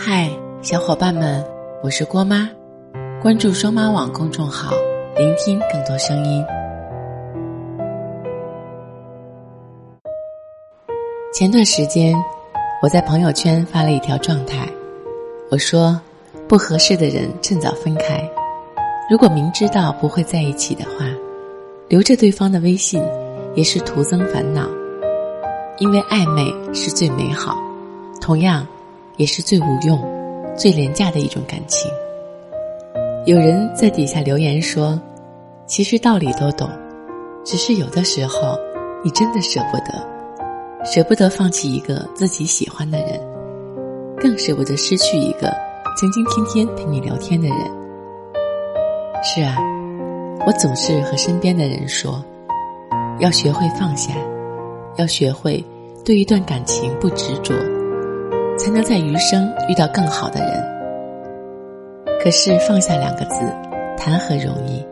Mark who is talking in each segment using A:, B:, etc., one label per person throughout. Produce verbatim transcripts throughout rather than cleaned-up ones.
A: 嗨，小伙伴们，我是郭妈，关注双妈网公众号，聆听更多声音。前段时间，我在朋友圈发了一条状态，我说，不合适的人趁早分开，如果明知道不会在一起的话，留着对方的微信也是徒增烦恼，因为暧昧是最美好，同样也是最无用、最廉价的一种感情。有人在底下留言说，其实道理都懂，只是有的时候你真的舍不得，舍不得放弃一个自己喜欢的人，更舍不得失去一个曾经天天陪你聊天的人。是啊，我总是和身边的人说，要学会放下，要学会对一段感情不执着，才能在余生遇到更好的人。可是放下两个字，谈何容易？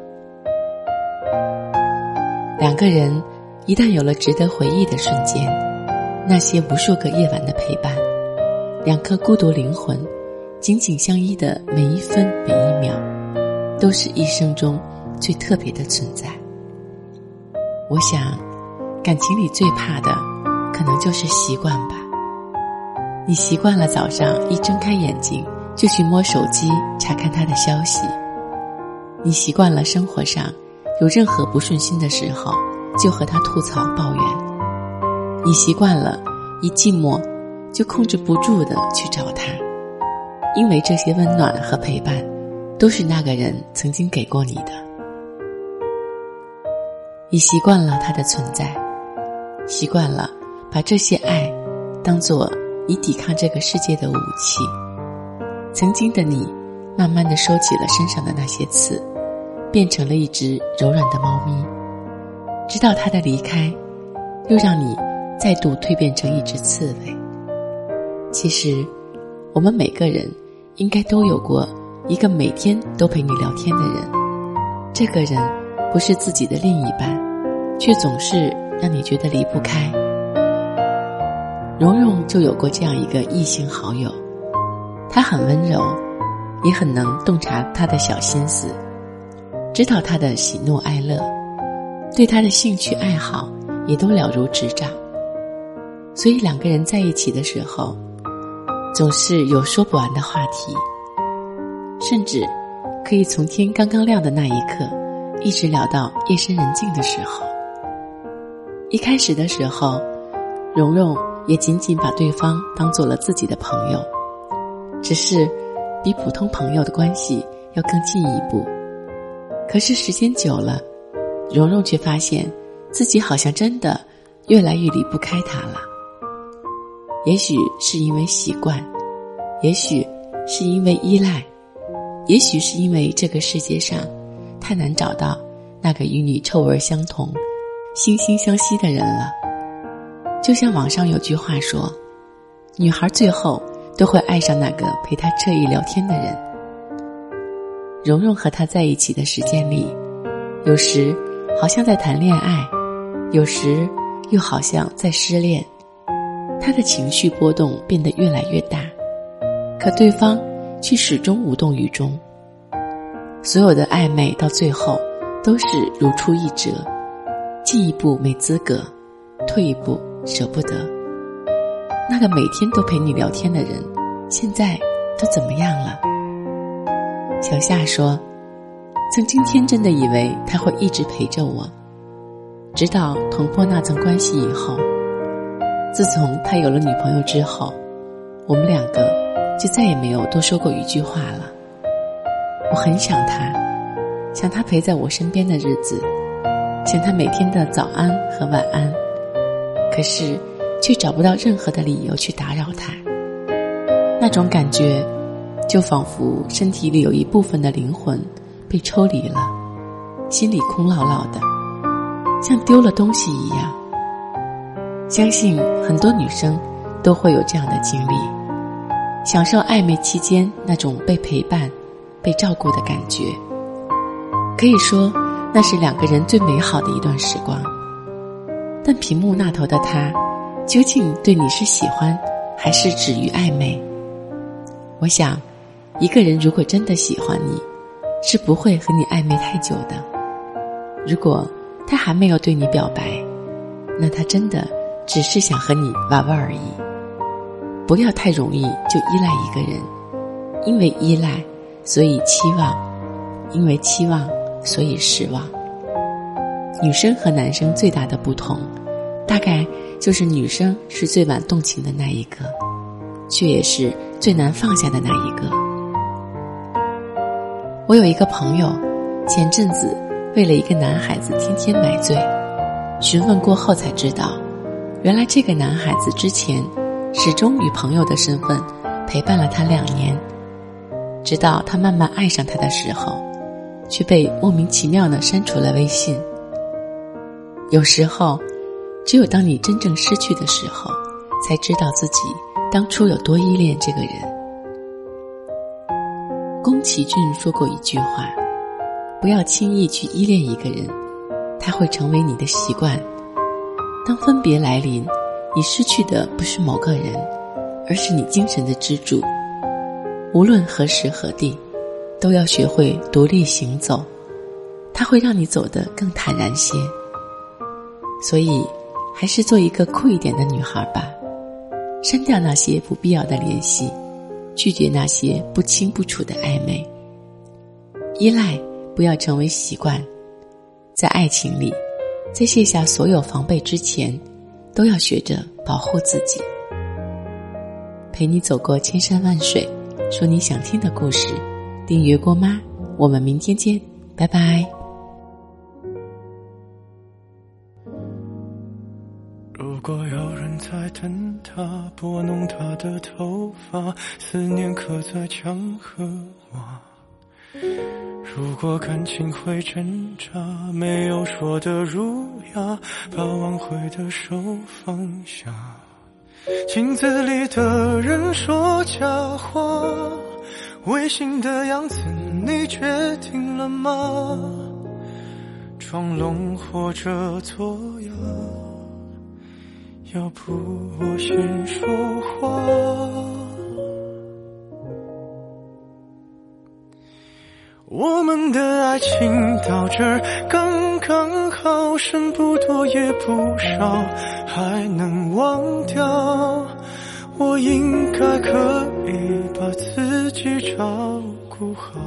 A: 两个人一旦有了值得回忆的瞬间，那些无数个夜晚的陪伴，两颗孤独灵魂紧紧相依的每一分每一秒，都是一生中最特别的存在。我想，感情里最怕的，可能就是习惯吧。你习惯了早上一睁开眼睛就去摸手机查看他的消息，你习惯了生活上有任何不顺心的时候就和他吐槽抱怨，你习惯了一寂寞就控制不住的去找他，因为这些温暖和陪伴都是那个人曾经给过你的。你习惯了他的存在，习惯了把这些爱当作你抵抗这个世界的武器。曾经的你慢慢地收起了身上的那些刺，变成了一只柔软的猫咪，直到他的离开又让你再度蜕变成一只刺猬。其实我们每个人应该都有过一个每天都陪你聊天的人，这个人不是自己的另一半，却总是让你觉得离不开。蓉蓉就有过这样一个异性好友，他很温柔，也很能洞察他的小心思，知道他的喜怒哀乐，对他的兴趣爱好也都了如指掌。所以两个人在一起的时候，总是有说不完的话题，甚至可以从天刚刚亮的那一刻一直聊到夜深人静的时候。一开始的时候，蓉蓉也仅仅把对方当做了自己的朋友，只是比普通朋友的关系要更进一步。可是时间久了，蓉蓉却发现自己好像真的越来越离不开他了。也许是因为习惯，也许是因为依赖，也许是因为这个世界上太难找到那个与你臭味相同、惺惺相惜的人了。就像网上有句话说，女孩最后都会爱上那个陪她彻夜聊天的人。蓉蓉和他在一起的时间里，有时好像在谈恋爱，有时又好像在失恋。他的情绪波动变得越来越大，可对方却始终无动于衷。所有的暧昧到最后都是如出一辙，进一步没资格，退一步舍不得。那个每天都陪你聊天的人，现在都怎么样了？小夏说，曾经天真的以为他会一直陪着我，直到捅破那层关系以后，自从他有了女朋友之后，我们两个就再也没有多说过一句话了。我很想他，想他陪在我身边的日子，想他每天的早安和晚安，可是却找不到任何的理由去打扰他。那种感觉就仿佛身体里有一部分的灵魂被抽离了，心里空落落的，像丢了东西一样。相信很多女生都会有这样的经历，享受暧昧期间那种被陪伴、被照顾的感觉。可以说那是两个人最美好的一段时光。但屏幕那头的他，究竟对你是喜欢还是止于暧昧？ 我想，一个人如果真的喜欢你，是不会和你暧昧太久的。如果他还没有对你表白，那他真的只是想和你玩玩而已。不要太容易就依赖一个人，因为依赖，所以期望，因为期望，所以失望。女生和男生最大的不同，大概就是女生是最晚动情的那一个，却也是最难放下的那一个。我有一个朋友，前阵子为了一个男孩子天天买醉，询问过后才知道，原来这个男孩子之前始终以朋友的身份陪伴了他两年，直到他慢慢爱上他的时候，却被莫名其妙地删除了微信。有时候，只有当你真正失去的时候，才知道自己当初有多依恋这个人。宫崎骏说过一句话，不要轻易去依恋一个人，他会成为你的习惯。当分别来临，你失去的不是某个人，而是你精神的支柱。无论何时何地，都要学会独立行走，它会让你走得更坦然些。所以，还是做一个酷一点的女孩吧，删掉那些不必要的联系，拒绝那些不清不楚的暧昧。依赖不要成为习惯，在爱情里，在卸下所有防备之前，都要学着保护自己。陪你走过千山万水，说你想听的故事。订阅郭妈，我们明天见，拜拜。
B: 如果有人在等他，拨弄他的头发，思念刻在墙和瓦。如果感情会挣扎，没有说的儒雅，把挽回的手放下。镜子里的人说假话，违心的样子你决定了吗？装聋或者作哑，要不我先说话。我们的爱情到这儿刚刚好，剩不多也不少，还能忘掉。我应该可以把自己照顾好。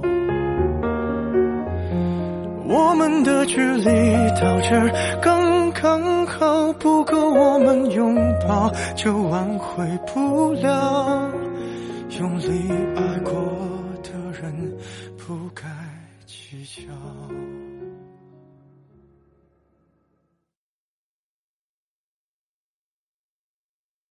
B: 我们的距离到这儿刚刚好，不够我们拥抱，就挽回不了。用力爱过的人不该计较。